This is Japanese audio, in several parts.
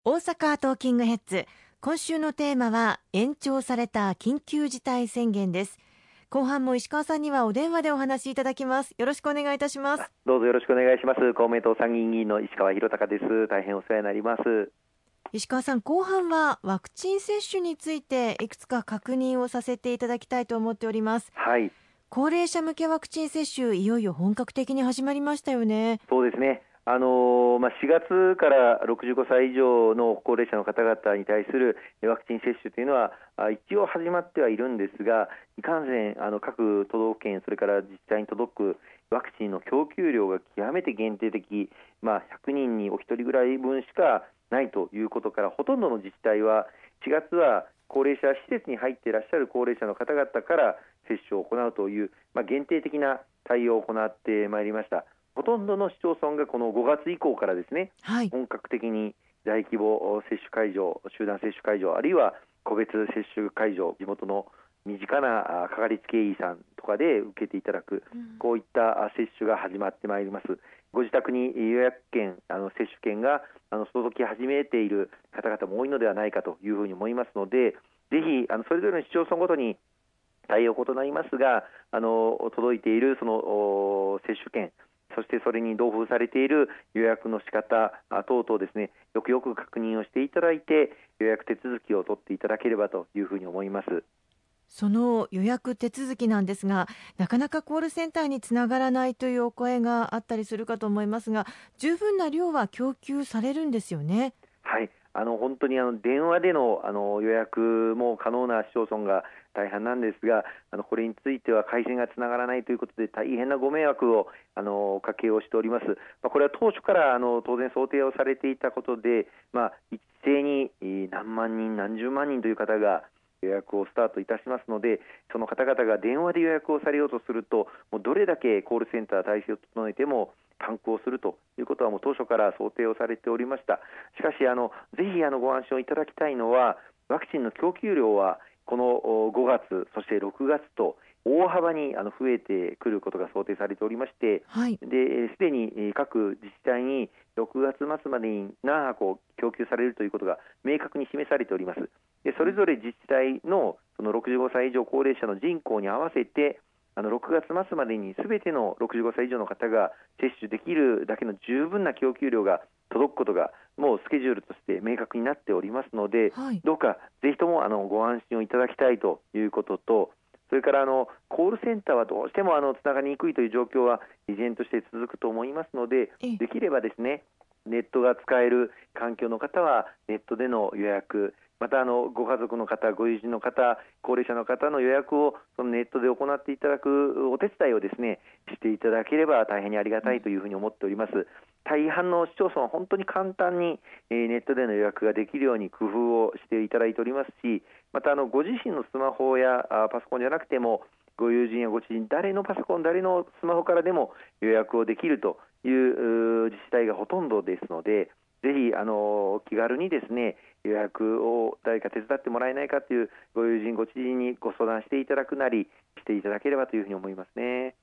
大阪トーキングヘッズ、今週のテーマは延長された緊急事態宣言です。後半も石川さんにはお電話でお話しいただきます。よろしくお願いいたします。 どうぞよろしくお願いします。公明党参議院議員の石川博隆です。大変お世話になります。 石川さん、後半はワクチン接種についていくつか確認をさせていただきたいと思っております。 はい、 高齢者向けワクチン接種、いよいよ本格的に始まりましたよね。 そうですね。4月から65歳以上の高齢者の方々に対するワクチン接種というのは一応始まってはいるんですが、いかんせん各都道府県、それから自治体に届くワクチンの供給量が極めて限定的、100人にお一人ぐらい分しかないということから、ほとんどの自治体は4月は高齢者施設に入っていらっしゃる高齢者の方々から接種を行うという、限定的な対応を行ってまいりました。ほとんどの市町村がこの5月以降からですね、 はい、 本格的に大規模接種会場、集団接種会場、あるいは個別接種会場、地元の身近なかかりつけ医さんとかで受けていただく、こういった接種が始まってまいります。ご自宅に予約券、接種券が届き始めている方々も多いのではないかというふうに思いますので、ぜひそれぞれの市町村ごとに対応異なりますが、届いているその接種券、そしてそれに同封されている予約の仕方等々ですね、よくよく確認をしていただいて、予約手続きを取っていただければというふうに思います。 その予約手続きなんですが、なかなかコールセンターにつながらないというお声があったりするかと思いますが、十分な量は供給されるんですよね。 はい、本当に電話での予約も可能な市町村が大半なんですが、これについては回線がつながらないということで大変なご迷惑をおかけをしております。これは当初から当然想定をされていたことで、一斉に何万人何十万人という方が予約をスタートいたしますので、その方々が電話で予約をされようとすると、もうどれだけコールセンター体制を整えてもパンクをするということはもう当初から想定をされておりました。しかしぜひご安心をいただきたいのは、ワクチンの供給量はこの5月そして6月と大幅に増えてくることが想定されておりまして、 はい、 すでに各自治体に6月末までに何箱供給されるということが明確に示されております。でそれぞれ自治体のその65歳以上高齢者の人口に合わせて6月末までにすべての65歳以上の方が接種できるだけの十分な供給量が届くことがもうスケジュールとして明確になっておりますので、 はい、 どうかぜひともご安心をいただきたいということと、それからコールセンターはどうしてもつながりにくいという状況は依然として続くと思いますので、できればですね、ネットが使える環境の方はネットでの予約、またご家族の方、ご友人の方、高齢者の方の予約をそのネットで行っていただくお手伝いをですねしていただければ大変にありがたいというふうに思っております。大半の市町村は本当に簡単にネットでの予約ができるように工夫をしていただいておりますし、またご自身のスマホやパソコンじゃなくてもご友人やご知人、誰のパソコン、誰のスマホからでも予約をできるという自治体がほとんどですので、ぜひ気軽にですね予約を誰か手伝ってもらえないかというご友人ご知人にご相談していただくなりしていただければというふうに思いますね。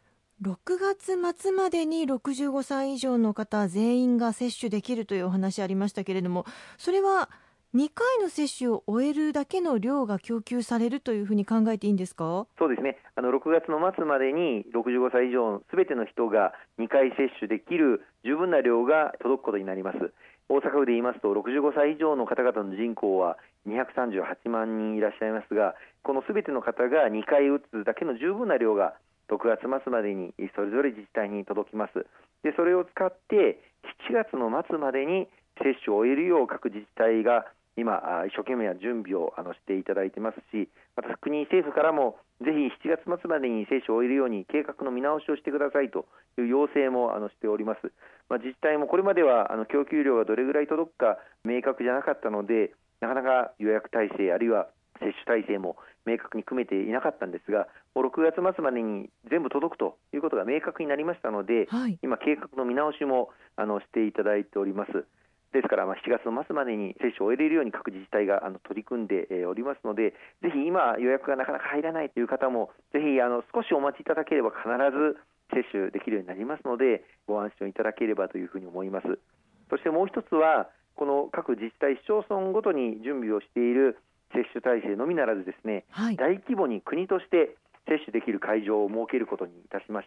6月末までに65歳以上の方全員が接種できるというお話ありましたけれども、それは2回の接種を終えるだけの量が供給されるというふうに考えていいんですか？ そうですね、6月の末までに65歳以上すべての人が2回接種できる十分な量が届くことになります。大阪府で言いますと65歳以上の方々の人口は238万人いらっしゃいますが、このすべての方が2回打つだけの十分な量が6月末までにそれぞれ自治体に届きます。でそれを使って7月の末までに接種を終えるよう各自治体が今一生懸命準備をしていただいてますし、また国政府からもぜひ7月末までに接種を終えるように計画の見直しをしてくださいという要請もしております。自治体もこれまでは供給量がどれぐらい届くか明確じゃなかったので、なかなか予約体制あるいは接種体制も明確に組めていなかったんですが、もう6月末までに全部届くということが明確になりましたので、 はい、 今計画の見直しもしていただいております。ですから7月の末までに接種を終えれるように各自治体が取り組んでおりますので、ぜひ今予約がなかなか入らないという方もぜひ少しお待ちいただければ必ず接種できるようになりますので、ご安心いただければというふうに思います。そしてもう一つはこの各自治体市町村ごとに準備をしている接種体制のみならずですね、大規模に国として接種できる会場を設けることにいたしました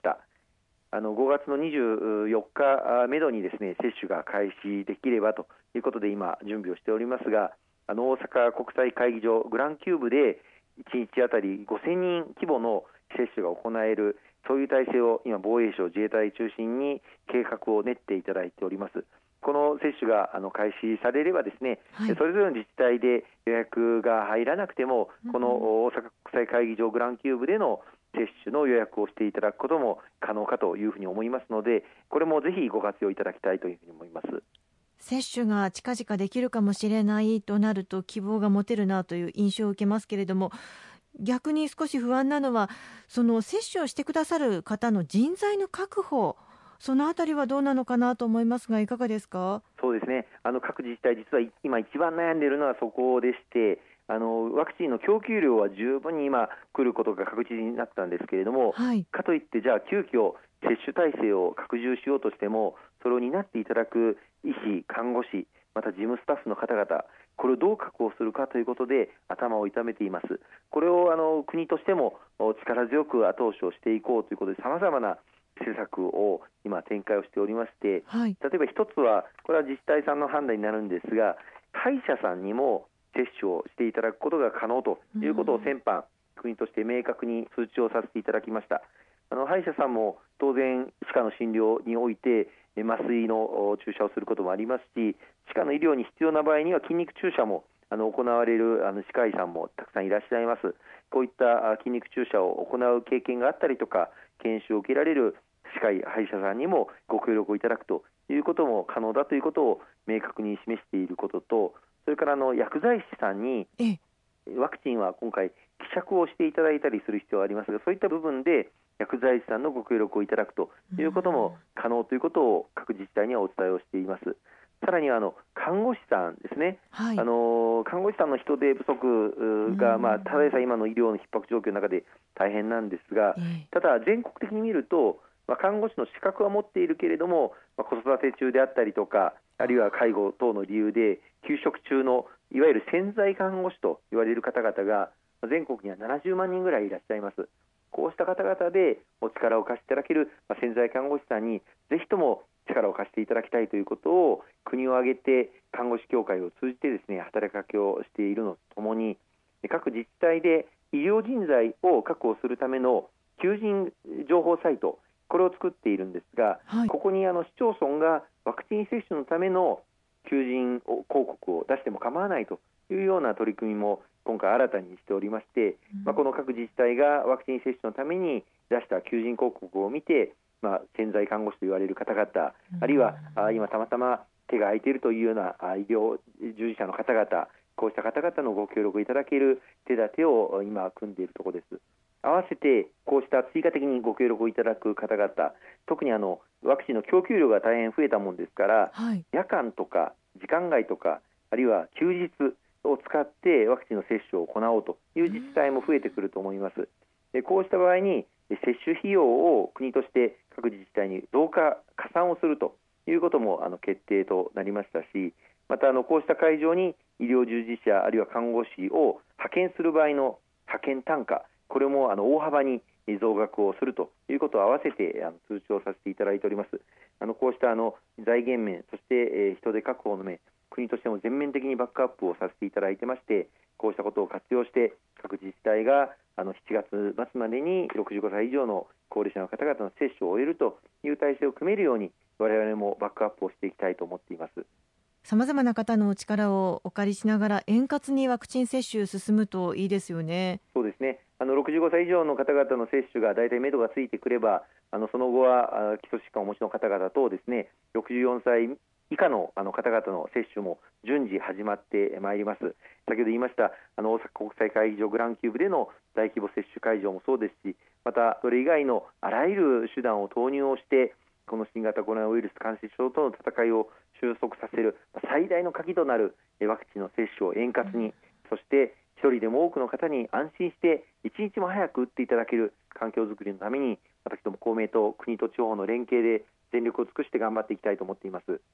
。5月の24日めどにですね、接種が開始できればということで今準備をしておりますが、大阪国際会議場グランキューブで1日あたり5000人規模の接種が行える、そういう体制を今防衛省自衛隊中心に計画を練っていただいております。この接種が開始されればですね、それぞれの自治体で予約が入らなくても、この大阪国際会議場グランキューブでの接種の予約をしていただくことも可能かというふうに思いますので、これもぜひご活用いただきたいというふうに思います。 接種が近々できるかもしれないとなると希望が持てるなという印象を受けますけれども、逆に少し不安なのは、その接種をしてくださる方の人材の確保、そのあたりはどうなのかなと思いますが、いかがですか？ そうですね、各自治体実は今一番悩んでいるのはそこでして、ワクチンの供給量は十分に今来ることが確実になったんですけれども、かといってじゃあ急遽接種体制を拡充しようとしても、それを担っていただく医師、看護師、また事務スタッフの方々、これをどう確保するかということで頭を痛めています。これを国としても力強く後押しをしていこうということで、さまざまな施策を今展開をしておりまして、例えば一つは、これは自治体さんの判断になるんですが、歯医者さんにも接種をしていただくことが可能ということを先般、国として明確に通知をさせていただきました。歯医者さんも当然歯科の診療において麻酔の注射をすることもありますし、歯科の医療に必要な場合には筋肉注射も行われる歯科医さんもたくさんいらっしゃいます。こういった筋肉注射を行う経験があったりとか、研修を受けられる歯科医、歯医者さんにもご協力をいただくということも可能だということを明確に示していることと、それから薬剤師さんにワクチンは今回希釈をしていただいたりする必要がありますが、そういった部分で薬剤師さんのご協力をいただくということも可能ということを各自治体にはお伝えをしています。さらに看護師さんですね、看護師さんの人手不足が、ただでさえ今の医療の逼迫状況の中で大変なんですが、ただ全国的に見ると、看護師の資格は持っているけれども、子育て中であったりとか、あるいは介護等の理由で休職中のいわゆる潜在看護師と言われる方々が全国には70万人ぐらいいらっしゃいます。こうした方々でお力を貸していただける潜在看護師さんにぜひとも力を貸していただきたいということを国を挙げて看護師協会を通じてですね、働きかけをしているのとともに、各自治体で医療人材を確保するための求人情報サイト、これを作っているんですが、ここに市町村がワクチン接種のための求人広告を出しても構わないというような取り組みも今回新たにしておりまして、この各自治体がワクチン接種のために出した求人広告を見て、潜在看護師と言われる方々、あるいは今たまたま手が空いているというような医療従事者の方々、こうした方々のご協力いただける手立てを今組んでいるところです。合わせてこうした追加的にご協力をいただく方々、特にワクチンの供給量が大変増えたものですから、夜間とか時間外とか、あるいは休日を使ってワクチンの接種を行おうという自治体も増えてくると思います。こうした場合に接種費用を国として各自治体に増加加算をするということも決定となりましたし、またこうした会場に医療従事者あるいは看護師を派遣する場合の派遣単価、これも大幅に増額をするということを合わせて通知をさせていただいております。こうした財源面、そして人手確保の面、国としても全面的にバックアップをさせていただいてまして、こうしたことを活用して各自治体が7月末までに65歳以上の高齢者の方々の接種を終えるという体制を組めるように我々もバックアップをしていきたいと思っています。 さまざまな方のお力をお借りしながら円滑にワクチン接種進むといいですよね。 そうですね、65歳以上の方々の接種がだいたい目処がついてくれば、その後は基礎疾患をお持ちの方々とですね、64歳以下の方々の接種も順次始まってまいります。先ほど言いました大阪国際会議場グランキューブでの大規模接種会場もそうですし、またそれ以外のあらゆる手段を投入をしてこの新型コロナウイルス感染症との戦いを収束させる最大の鍵となるワクチンの接種を円滑に、そして一人でも多くの方に安心して一日も早く打っていただける環境づくりのために、私ども公明党、国と地方の連携で全力を尽くして頑張っていきたいと思っています。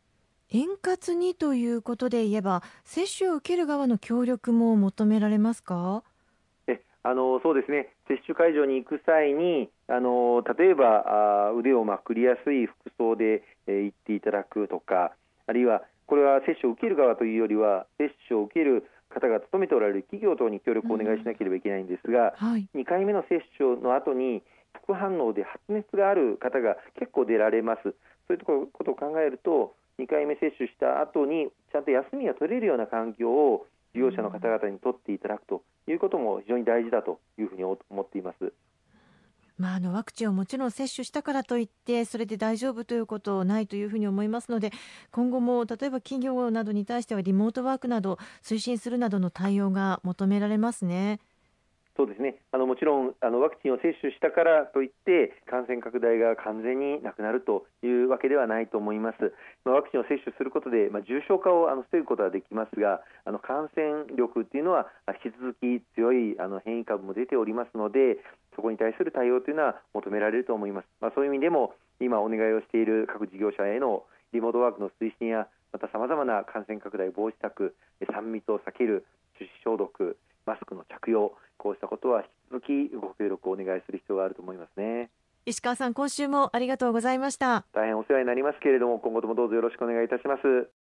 円滑にということで言えば、接種を受ける側の協力も求められますか？ そうですね、接種会場に行く際に例えば腕をまくりやすい服装で、行っていただくとか、あるいはこれは接種を受ける側というよりは接種を受ける方が勤めておられる企業等に協力をお願いしなければいけないんですが、 はい。 2回目の接種の後に副反応で発熱がある方が結構出られます。そういうことを考えると2回目接種した後にちゃんと休みが取れるような環境を事業者の方々に取っていただくということも非常に大事だというふうに思っています。 ワクチンをもちろん接種したからといってそれで大丈夫ということないというふうに思いますので、今後も例えば企業などに対してはリモートワークなど推進するなどの対応が求められますね。 そうですね、もちろんワクチンを接種したからといって感染拡大が完全になくなるというわけではないと思います。ワクチンを接種することで、重症化を防ぐことはできますが、感染力というのは引き続き強い変異株も出ておりますので、そこに対する対応というのは求められると思います。そういう意味でも今お願いをしている各事業者へのリモートワークの推進や、またさまざまな感染拡大防止策、3密を避ける、手指消毒、マスクの着用、こうしたことは引き続きご協力をお願いする必要があると思いますね。 石川さん、今週もありがとうございました。 大変お世話になりますけれども、今後ともどうぞよろしくお願いいたします。